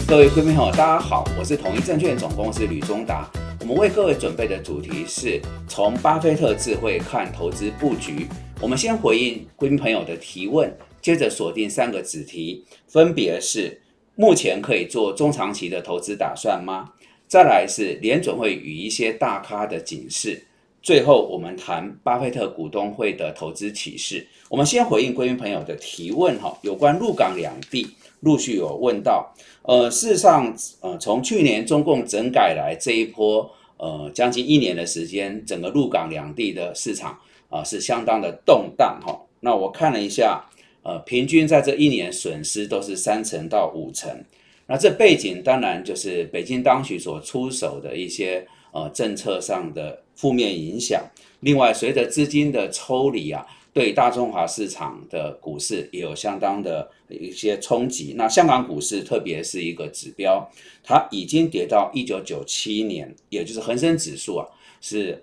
各位贵宾朋友，大家好，我是统一证券总公司吕中达。我们为各位准备的主题是从巴菲特智慧看投资布局。我们先回应贵宾朋友的提问，接着锁定3个子题，分别是目前可以做中长期的投资打算吗？再来是联准会与一些大咖的警示。最后我们谈巴菲特股东会的投资启示。我们先回应贵宾朋友的提问，有关陆港两地陆续有问到。事实上，从去年中共整改来这一波，将近1年的时间，整个陆港两地的市场是相当的动荡。那我看了一下，平均在这1年损失都是3成到5成。那这背景当然就是北京当局所出手的一些政策上的负面影响。另外，随着资金的抽离对大中华市场的股市也有相当的一些冲击。那香港股市特别是一个指标，它已经跌到1997年，也就是恒生指数是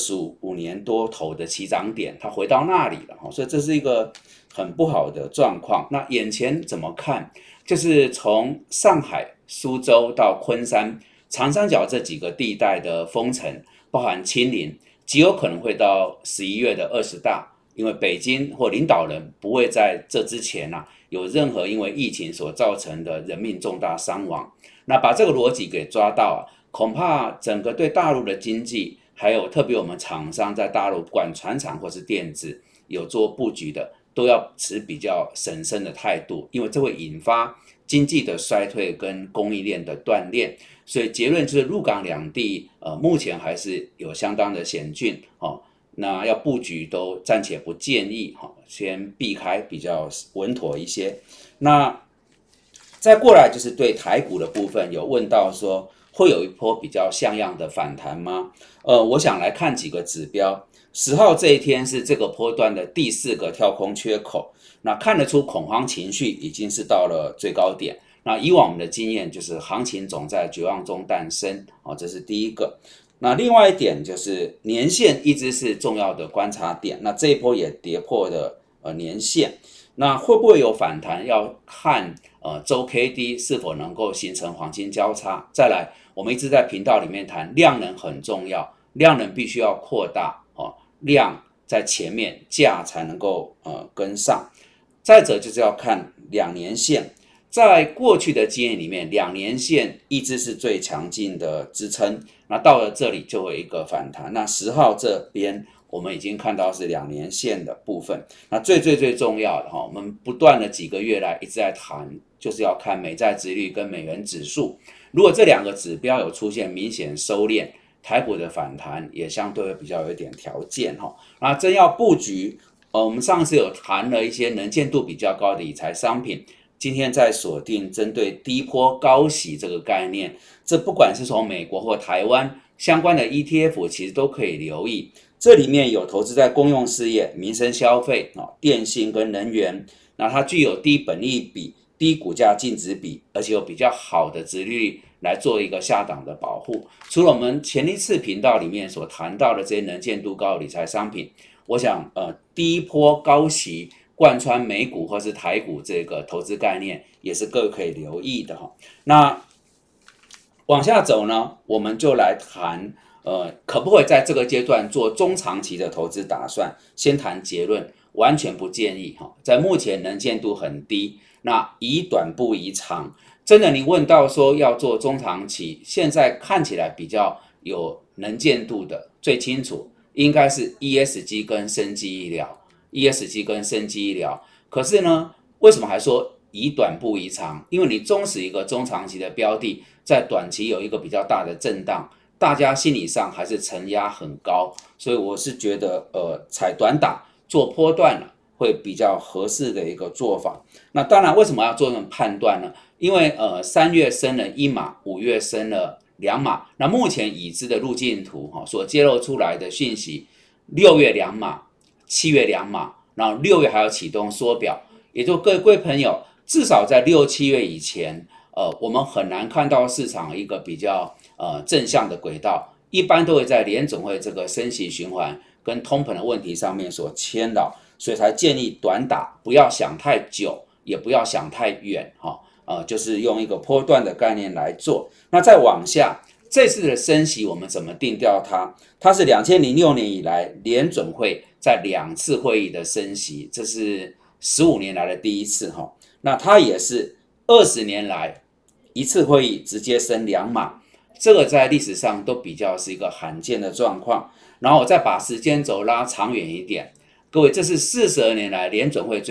25年多头的起涨点，它回到那里了，所以这是一个很不好的状况。那眼前怎么看？就是从上海、苏州到昆山、长三角这几个地带的封城，包含清零，极有可能会到11月的20大。因为北京或领导人不会在这之前有任何因为疫情所造成的人命重大伤亡。那把这个逻辑给抓到恐怕整个对大陆的经济，还有特别我们厂商在大陆不管传产或是电子有做布局的，都要持比较审慎的态度，因为这会引发经济的衰退跟供应链的断裂。所以结论就是陆港两地目前还是有相当的险峻那要布局都暂且不建议，先避开比较稳妥一些。那再过来就是对台股的部分，有问到说会有一波比较像样的反弹吗？我想来看几个指标。10号这一天是这个波段的第4个跳空缺口，那看得出恐慌情绪已经是到了最高点。那以往我们的经验就是行情总在绝望中诞生，这是第一个。那另外一点就是年线一直是重要的观察点，那这一波也跌破了年线，那会不会有反弹？要看周 K D 是否能够形成黄金交叉。再来，我们一直在频道里面谈量能很重要，量能必须要扩大量在前面，价才能够跟上。再者就是要看2年线。在过去的经验里面，2年线一直是最强劲的支撑，那到了这里就会有一个反弹。那10号这边我们已经看到是2年线的部分。那最重要的我们不断的几个月来一直在谈，就是要看美债殖利率跟美元指数。如果这2个指标有出现明显收敛，台股的反弹也相对会比较有一点条件那真要布局，我们上次有谈了一些能见度比较高的理财商品。今天在锁定针对低波高息这个概念，这不管是从美国或台湾相关的 ETF 其实都可以留意。这里面有投资在公用事业、民生消费、电信跟能源，那它具有低本益比、低股价净值比，而且有比较好的殖利率来做一个下档的保护。除了我们前一次频道里面所谈到的这些能见度高的理财商品，我想低波高息贯穿美股或是台股这个投资概念也是各位可以留意的那往下走呢，我们就来谈可不可以在这个阶段做中长期的投资打算。先谈结论，完全不建议在目前能见度很低，那宜短不宜长。真的你问到说要做中长期，现在看起来比较有能见度的最清楚应该是 ESG 跟生技医疗，ESG 跟生技医疗。可是呢，为什么还说宜短不宜长？因为你纵使一个中长期的标的在短期有一个比较大的震荡，大家心理上还是承压很高，所以我是觉得采短打做波段会比较合适的一个做法。那当然为什么要做这种判断呢？因为3月升了1码，5月升了2码，那目前已知的路径图所揭露出来的讯息，6月2码，7月2码，然后6月还要启动缩表，也就各位朋友，至少在6、7月以前，我们很难看到市场一个比较正向的轨道，一般都会在联总会这个升息循环跟通膨的问题上面所牵扰，所以才建议短打，不要想太久， 也不要想太远就是用一个波段的概念来做。那再往下，这次的升息我们怎么定调它？它是2006年以来联准会在2次会议的升息，这是15年来的第一次那它也是20年来一次会议直接升2码，这个在历史上都比较是一个罕见的状况。然后我再把时间轴拉长远一点，各位，这是42年来联准会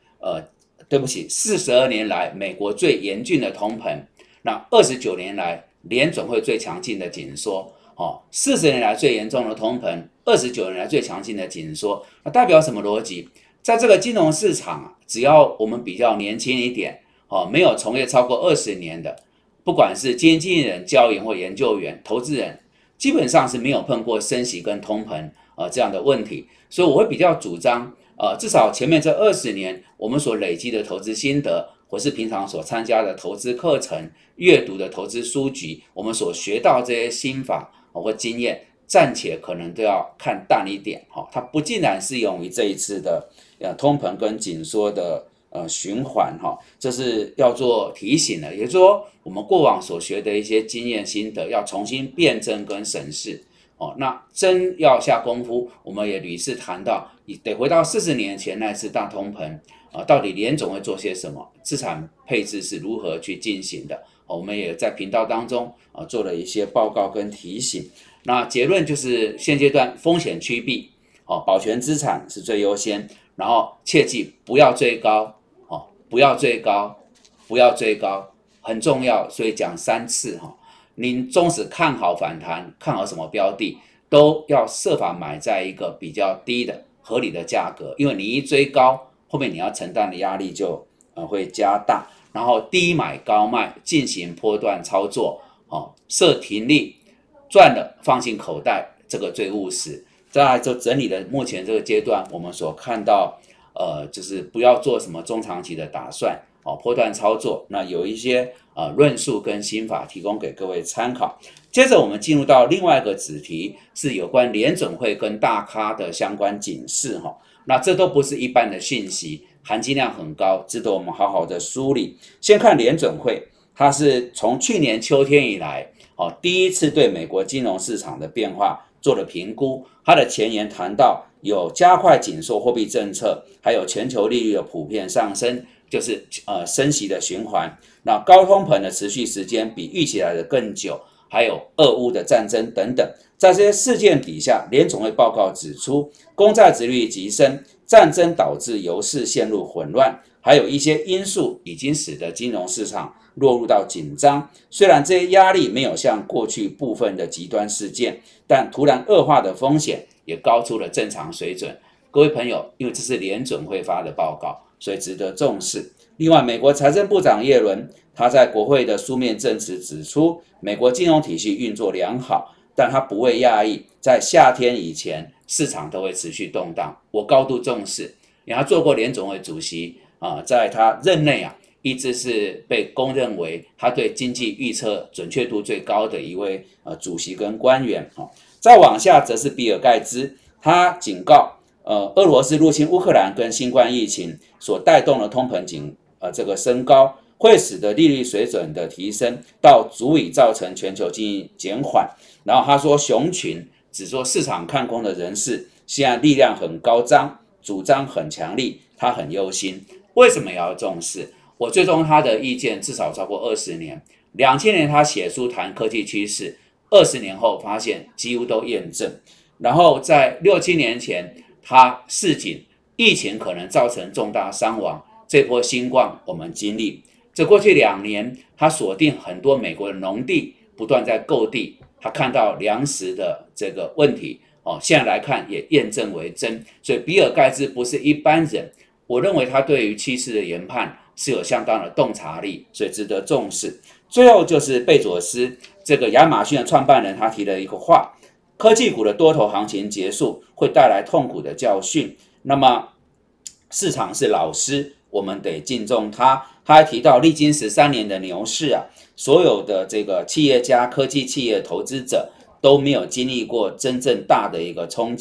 42年来美国最严峻的通膨，那29年来联准会最强劲的紧缩40年来最严重的通膨，29年来最强劲的紧缩，那代表什么逻辑？在这个金融市场只要我们比较年轻一点没有从业超过20年的，不管是基金经理人、交易员或研究员、投资人，基本上是没有碰过升息跟通膨这样的问题。所以我会比较主张至少前面这20年我们所累积的投资心得，或是平常所参加的投资课程、阅读的投资书籍，我们所学到这些心法或经验，暂且可能都要看淡一点它不尽然适用于这一次的通膨跟紧缩的循环这是要做提醒的。也就是说，我们过往所学的一些经验心得要重新辩证跟审视那真要下功夫，我们也屡次谈到，得回到40年前那次大通膨到底联总会做些什么，资产配置是如何去进行的我们也在频道当中做了一些报告跟提醒。那结论就是现阶段风险趋避保全资产是最优先，然后切记不要追高不要追高，不要追高，很重要，所以讲3次您纵使看好反弹，看好什么标的，都要设法买在一个比较低的合理的价格，因为你一追高，后面你要承担的压力就会加大。然后低买高卖，进行波段操作设停利，赚了放进口袋，这个最务实。再来就整理了目前这个阶段我们所看到就是不要做什么中长期的打算波段操作，那有一些论述跟心法提供给各位参考。接着我们进入到另外一个子题，是有关联准会跟大咖的相关警示那这都不是一般的讯息，含金量很高，值得我们好好的梳理。先看联准会，它是从去年秋天以来第一次对美国金融市场的变化做了评估。它的前言谈到有加快紧缩货币政策，还有全球利率的普遍上升，就是升息的循环。那高通膨的持续时间比预期来的更久，还有俄乌的战争等等。在这些事件底下，联总会报告指出，公债殖利率急升，战争导致油市陷入混乱，还有一些因素已经使得金融市场落入到紧张。虽然这些压力没有像过去部分的极端事件，但突然恶化的风险也高出了正常水准。各位朋友，因为这是联准会发的报告，所以值得重视。另外，美国财政部长耶伦他在国会的书面证词指出，美国金融体系运作良好，但他不会讶异在夏天以前市场都会持续动荡。我高度重视，因为他做过联总会主席在他任内一直是被公认为他对经济预测准确度最高的一位主席跟官员再往下则是比尔盖茨，他警告俄罗斯入侵乌克兰跟新冠疫情所带动的通膨这个升高，会使得利率水准的提升到足以造成全球经济减缓。然后他说，熊群只说市场看空的人士现在力量很高涨，主张很强力，他很忧心。为什么也要重视？我追踪他的意见至少超过20年，2000年他写书谈科技趋势，20年后发现几乎都验证。然后在6、7年前他示警疫情可能造成重大伤亡，这波新冠我们经历。这过去2年他锁定很多美国的农地，不断在购地，他看到粮食的这个问题现在来看也验证为真。所以比尔盖茨不是一般人，我认为他对于趋势的研判是有相当的洞察力，所以值得重视。最后就是贝佐斯这个亚马逊的创办人，他提了一个话，科技股的多头行情结束会带来痛苦的教训，那么市场是老师，我们得敬重他。他还提到历经13年的牛市所有的这个企业家、科技企业投资者都没有经历过真正大的一个冲击，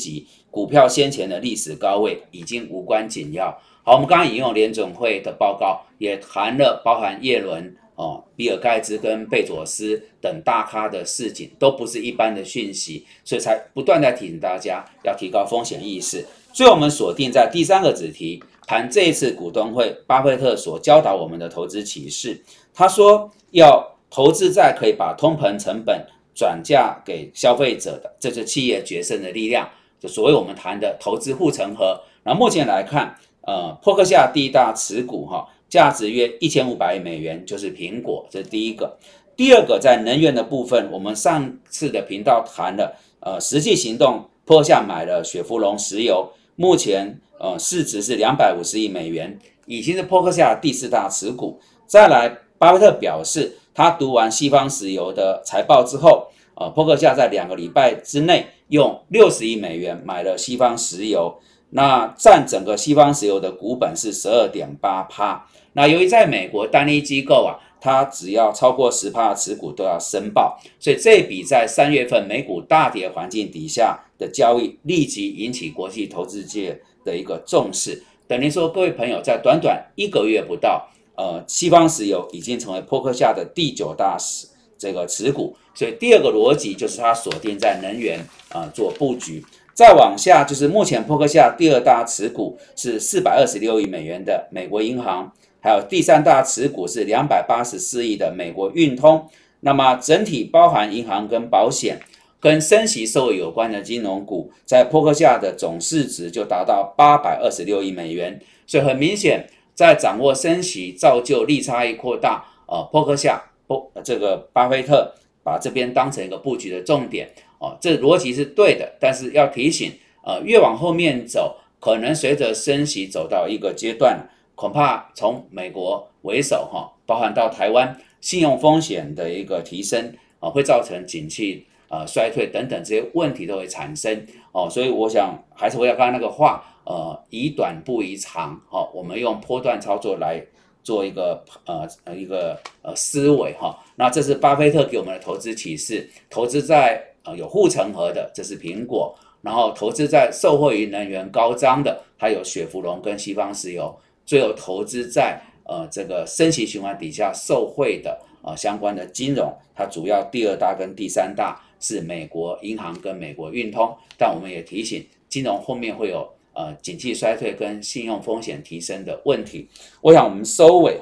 股票先前的历史高位已经无关紧要。好，我们刚刚引用联准会的报告，也谈了包含耶伦、比尔盖茨跟贝佐斯等大咖的事情，都不是一般的讯息，所以才不断在提醒大家要提高风险意识。所以我们锁定在第3个子题，谈这一次股东会巴菲特所教导我们的投资启示。他说要投资在可以把通膨成本转嫁给消费者的，这是企业决胜的力量，就所谓我们谈的投资护城河。那目前来看，波克夏第一大持股价值约1500亿美元，就是苹果，这是第一个。第二个，在能源的部分，我们上次的频道谈了，实际行动，波克夏买了雪佛龙石油，目前市值是250亿美元，已经是波克夏第4大持股。再来，巴菲特表示，他读完西方石油的财报之后，波克夏在2个礼拜之内用60亿美元买了西方石油，那占整个西方石油的股本是 12.8%。那由于在美国单一机构它只要超过 10% 的持股都要申报，所以这笔在3月份美股大跌环境底下的交易，立即引起国际投资界的一个重视。等于说，各位朋友在短短1个月不到，西方石油已经成为波克夏的第9大这个持股，所以第二个逻辑就是它锁定在能源做布局。再往下就是目前波克夏第2大持股是426亿美元的美国银行，还有第3大持股是284亿的美国运通。那么整体包含银行跟保险跟升息受惠有关的金融股，在波克夏的总市值就达到826亿美元。所以很明显，在掌握升息造就利差异扩大，波克夏这个巴菲特把这边当成一个布局的重点，这逻辑是对的，但是要提醒，越往后面走，可能随着升息走到一个阶段，恐怕从美国为首，包含到台湾信用风险的一个提升，会造成景气衰退等等这些问题都会产生，所以我想还是回到刚刚那个话，宜短不宜长，我们用波段操作来做一个思维哈。那这是巴菲特给我们的投资启示，投资在有护城河的，这是苹果，然后投资在受惠于能源高涨的，还有雪佛龙跟西方石油，最后投资在这个升息循环底下受惠的相关的金融，它主要第2大跟第3大是美国银行跟美国运通，但我们也提醒，金融后面会有景气衰退跟信用风险提升的问题。我想我们收尾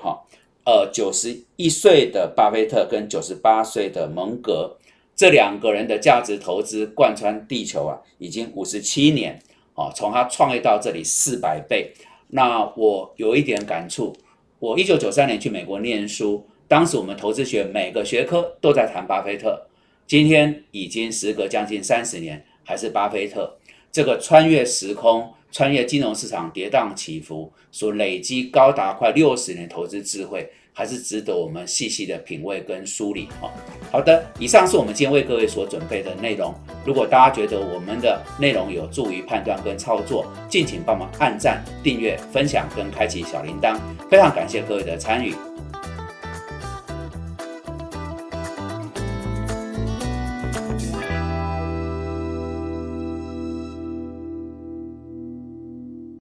91岁的巴菲特跟98岁的蒙格，这2个人的价值投资贯穿地球已经57年，从他创业到这里400倍。那我有一点感触，我1993年去美国念书，当时我们投资学每个学科都在谈巴菲特，今天已经时隔将近30年，还是巴菲特这个穿越时空、穿越金融市场跌宕起伏所累积高达快60年投资智慧，还是值得我们细细的品味跟梳理。好的，以上是我们今天为各位所准备的内容。如果大家觉得我们的内容有助于判断跟操作，敬请帮忙按赞、订阅、分享跟开启小铃铛。非常感谢各位的参与，